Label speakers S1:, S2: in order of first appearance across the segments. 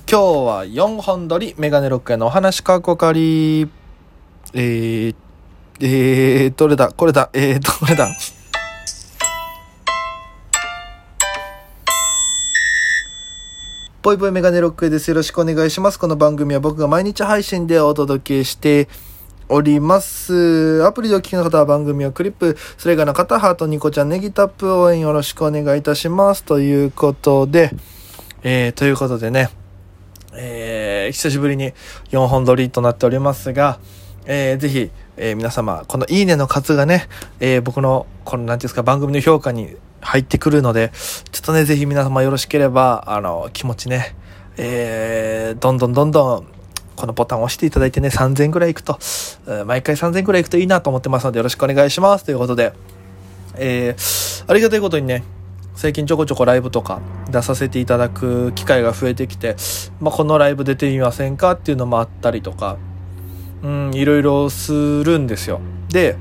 S1: 今日は4本撮りメガネロックへのお話かこかり。どれだこれだぽいぽいメガネロックです。よろしくお願いします。この番組は僕が毎日配信でお届けしております。アプリでお聞きの方は番組をクリップ、それ以外の方、ハート、ニコちゃん、ネギタップ応援よろしくお願いいたします。ということでね、久しぶりに4本撮りとなっておりますが、ぜひ、皆様、このいいねの数がね、僕の、この、なんていうんですか、番組の評価に入ってくるので、ちょっとね、ぜひ皆様よろしければ、気持ちね、どんどん、このボタンを押していただいてね、3000ぐらいいくと、毎回3000ぐらいいくといいなと思ってますので、よろしくお願いします。ということで、ありがたいことにね、最近ちょこちょこライブとか出させていただく機会が増えてきて、このライブ出てみませんかっていうのもあったりとか、いろいろするんですよ。で、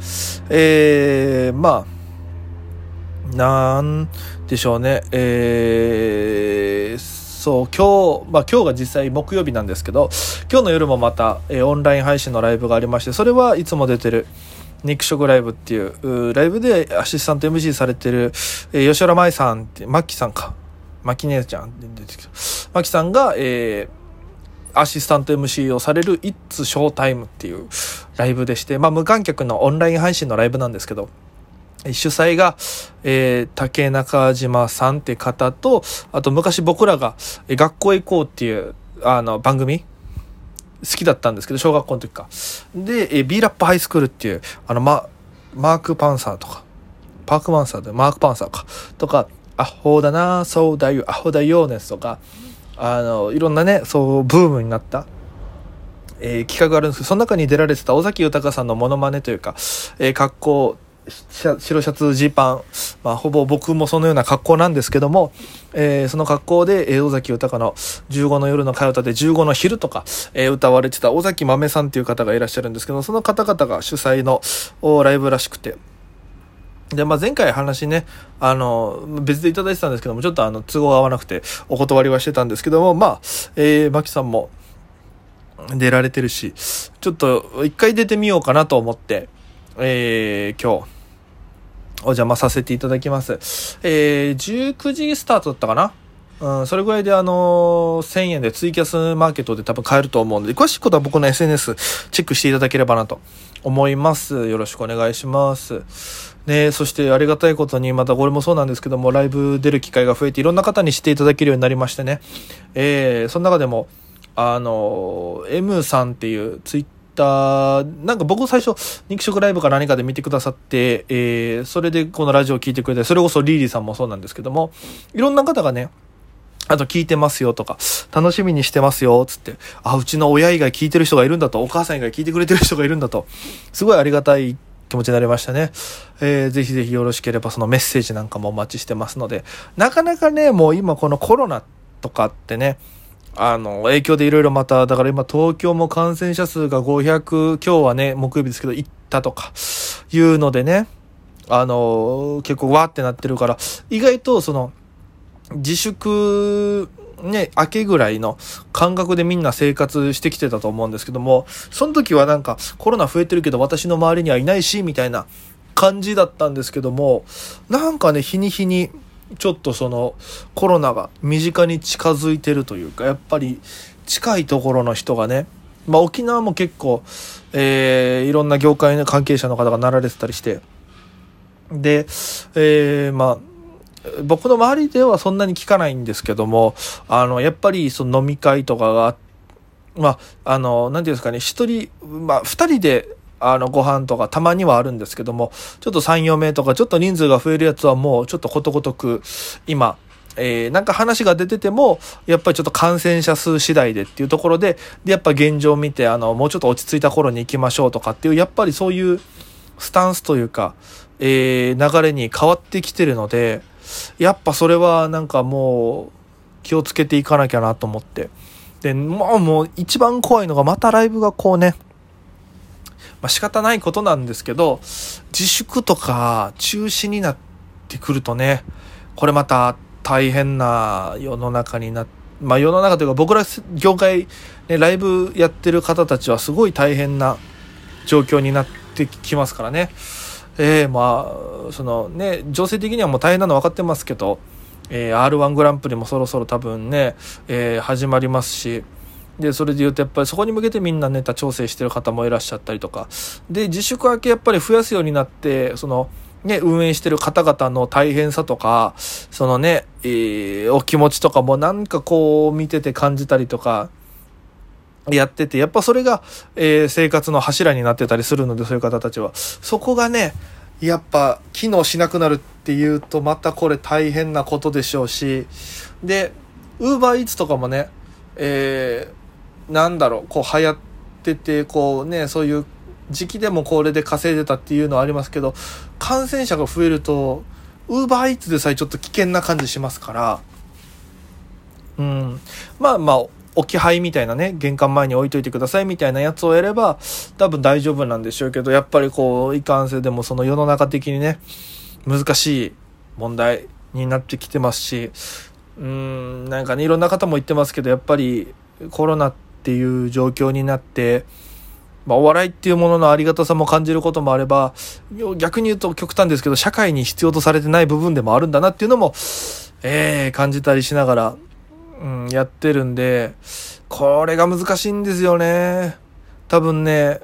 S1: なんでしょうね。そう、今日が実際木曜日なんですけど、今日の夜もまた、オンライン配信のライブがありまして、それはいつも出てる肉食ライブっていうライブでアシスタント MC されてる、吉原舞さんってマッキーさんかマッキー姉ちゃん出てきたマッキーさんが、アシスタント MC をされる It's Showtime っていうライブでして、無観客のオンライン配信のライブなんですけど、主催が、竹中島さんって方と、あと昔僕らが学校へ行こうっていう番組好きだったんですけど、小学校の時かで、B ラップハイスクールっていうマークパンサーとかマークパンサーかとか、アホだなそうだよアホだよネスとか、いろんなね、そうブームになった、企画があるんですけど、その中に出られてた尾崎豊さんのモノマネというか、格好白シャツジーパン、ほぼ僕もそのような格好なんですけども、その格好で、尾崎豊の15の夜の替え歌で15の昼とか、歌われてた尾崎豆さんっていう方がいらっしゃるんですけど、その方々が主催のライブらしくて、で、前回話ね、別でいただいてたんですけども、ちょっと都合が合わなくてお断りはしてたんですけども、マキさんも出られてるし、ちょっと一回出てみようかなと思って、今日お邪魔させていただきます。19時スタートだったかな。それぐらいで1000円でツイキャスマーケットで多分買えると思うので、詳しいことは僕の SNS チェックしていただければなと思います。よろしくお願いします。ね、そしてありがたいことに、またこれもそうなんですけども、ライブ出る機会が増えていろんな方に知っていただけるようになりましてね。その中でも、M さんっていうツイッター、なんか僕最初肉食ライブか何かで見てくださって、それでこのラジオを聞いてくれて、それこそリーリーさんもそうなんですけども、いろんな方がね、あと聞いてますよとか、楽しみにしてますよつって、うちの親以外聞いてる人がいるんだと、お母さん以外聞いてくれてる人がいるんだと、すごいありがたい気持ちになりましたね。ぜひぜひよろしければそのメッセージなんかもお待ちしてますので、なかなかね、もう今このコロナとかってね、影響でいろいろまた、だから今東京も感染者数が500、今日はね、木曜日ですけど、行ったとか、いうのでね、結構わーってなってるから、意外とその、自粛、ね、明けぐらいの感覚でみんな生活してきてたと思うんですけども、その時はなんかコロナ増えてるけど私の周りにはいないし、みたいな感じだったんですけども、なんかね、日に日に、ちょっとそのコロナが身近に近づいてるというか、やっぱり近いところの人がね、沖縄も結構、いろんな業界の関係者の方がなられてたりして、で、僕の周りではそんなに聞かないんですけども、やっぱりその飲み会とかが、なんていうんですかね、二人でご飯とかたまにはあるんですけども、ちょっと3、4名とかちょっと人数が増えるやつはもうちょっとことごとく今、なんか話が出てても、やっぱりちょっと感染者数次第でっていうところで、やっぱ現状を見て、もうちょっと落ち着いた頃に行きましょうとかっていう、やっぱりそういうスタンスというか、流れに変わってきてるので、やっぱそれはなんかもう気をつけていかなきゃなと思って。で、もう一番怖いのがまたライブがこうね、仕方ないことなんですけど、自粛とか中止になってくるとね、これまた大変な世の中になっ世の中というか僕ら業界、ね、ライブやってる方たちはすごい大変な状況になってきますからね。そのね、情勢的にはもう大変なの分かってますけど、R1 グランプリもそろそろ多分ね、始まりますし、でそれで言うとやっぱりそこに向けてみんなネタ調整してる方もいらっしゃったりとかで、自粛明けやっぱり増やすようになって、そのね、運営してる方々の大変さとか、そのね、お気持ちとかもなんかこう見てて感じたりとかやってて、やっぱそれが、生活の柱になってたりするので、そういう方たちはそこがね、やっぱ機能しなくなるっていうとまたこれ大変なことでしょうし、で UberEats とかもね、こう流行ってて、こうね、そういう時期でもこれで稼いでたっていうのはありますけど、感染者が増えると UberEats でさえちょっと危険な感じしますから、置き配みたいなね、玄関前に置いといてくださいみたいなやつをやれば多分大丈夫なんでしょうけど、やっぱりこういかんせでもその世の中的にね難しい問題になってきてますし、なんかね、いろんな方も言ってますけど、やっぱりコロナっていう状況になって、お笑いっていうもののありがたさも感じることもあれば、逆に言うと極端ですけど社会に必要とされてない部分でもあるんだなっていうのも、感じたりしながらやってるんで、これが難しいんですよね。多分ね、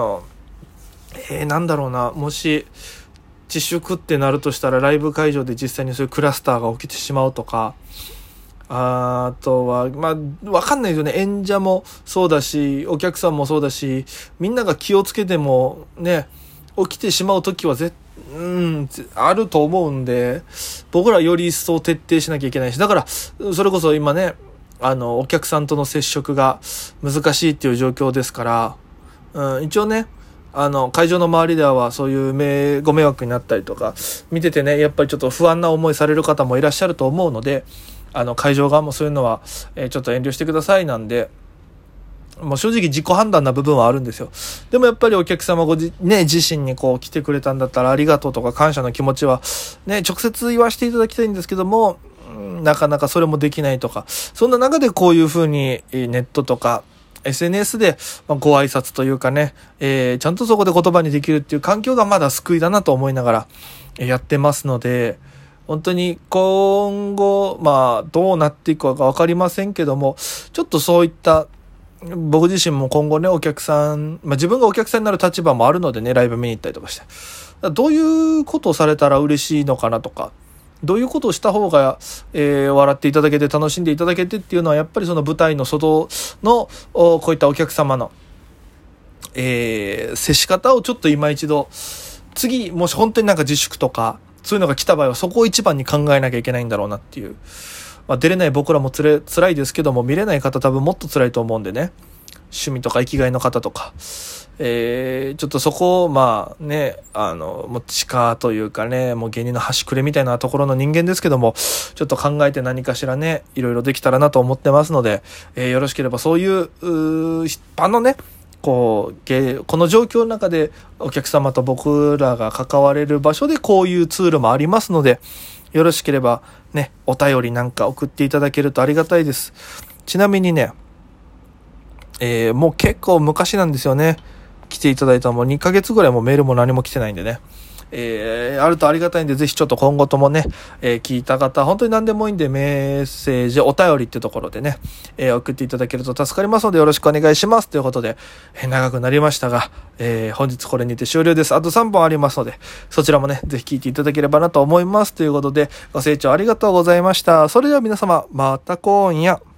S1: もし自粛ってなるとしたら、ライブ会場で実際にそういうクラスターが起きてしまうとか、あとはわかんないですよね。演者もそうだし、お客さんもそうだし、みんなが気をつけてもね、起きてしまう時はあると思うんで、僕らより一層徹底しなきゃいけないし、だからそれこそ今ね、お客さんとの接触が難しいっていう状況ですから、一応ね、会場の周りではそういうご迷惑になったりとか見ててね、やっぱりちょっと不安な思いされる方もいらっしゃると思うので、会場側もそういうのは、ちょっと遠慮してくださいなんで、もう正直自己判断な部分はあるんですよ。でもやっぱりお客様自身にこう来てくれたんだったらありがとうとか感謝の気持ちはね、直接言わせていただきたいんですけども、なかなかそれもできないとか、そんな中でこういうふうにネットとかSNS でご挨拶というかね、ちゃんとそこで言葉にできるっていう環境がまだ救いだなと思いながらやってますので、本当に今後どうなっていくか分かりませんけども、ちょっとそういった僕自身も今後ね、お客さん、自分がお客さんになる立場もあるのでね、ライブ見に行ったりとかして、どういうことをされたら嬉しいのかなとか、どういうことをした方が、笑っていただけて楽しんでいただけてっていうのは、やっぱりその舞台の外のこういったお客様の、接し方をちょっと今一度、次もし本当になんか自粛とかそういうのが来た場合は、そこを一番に考えなきゃいけないんだろうなっていう、出れない僕らも辛いですけども、見れない方多分もっと辛いと思うんでね、趣味とか生きがいの方とか、ちょっとそこをもう地下というかね、もう芸人の端くれみたいなところの人間ですけども、ちょっと考えて何かしらね、いろいろできたらなと思ってますので、よろしければそういう一般のね、この状況の中でお客様と僕らが関われる場所でこういうツールもありますので、よろしければね、お便りなんか送っていただけるとありがたいです。ちなみにね、もう結構昔なんですよね。来ていただいたもう2ヶ月ぐらいもメールも何も来てないんでね。あるとありがたいんで、ぜひちょっと今後ともね、聞いた方、本当に何でもいいんで、メッセージ、お便りってところでね、送っていただけると助かりますので、よろしくお願いします。ということで、長くなりましたが、本日これにて終了です。あと3本ありますので、そちらもね、ぜひ聞いていただければなと思います。ということで、ご清聴ありがとうございました。それでは皆様、また今夜。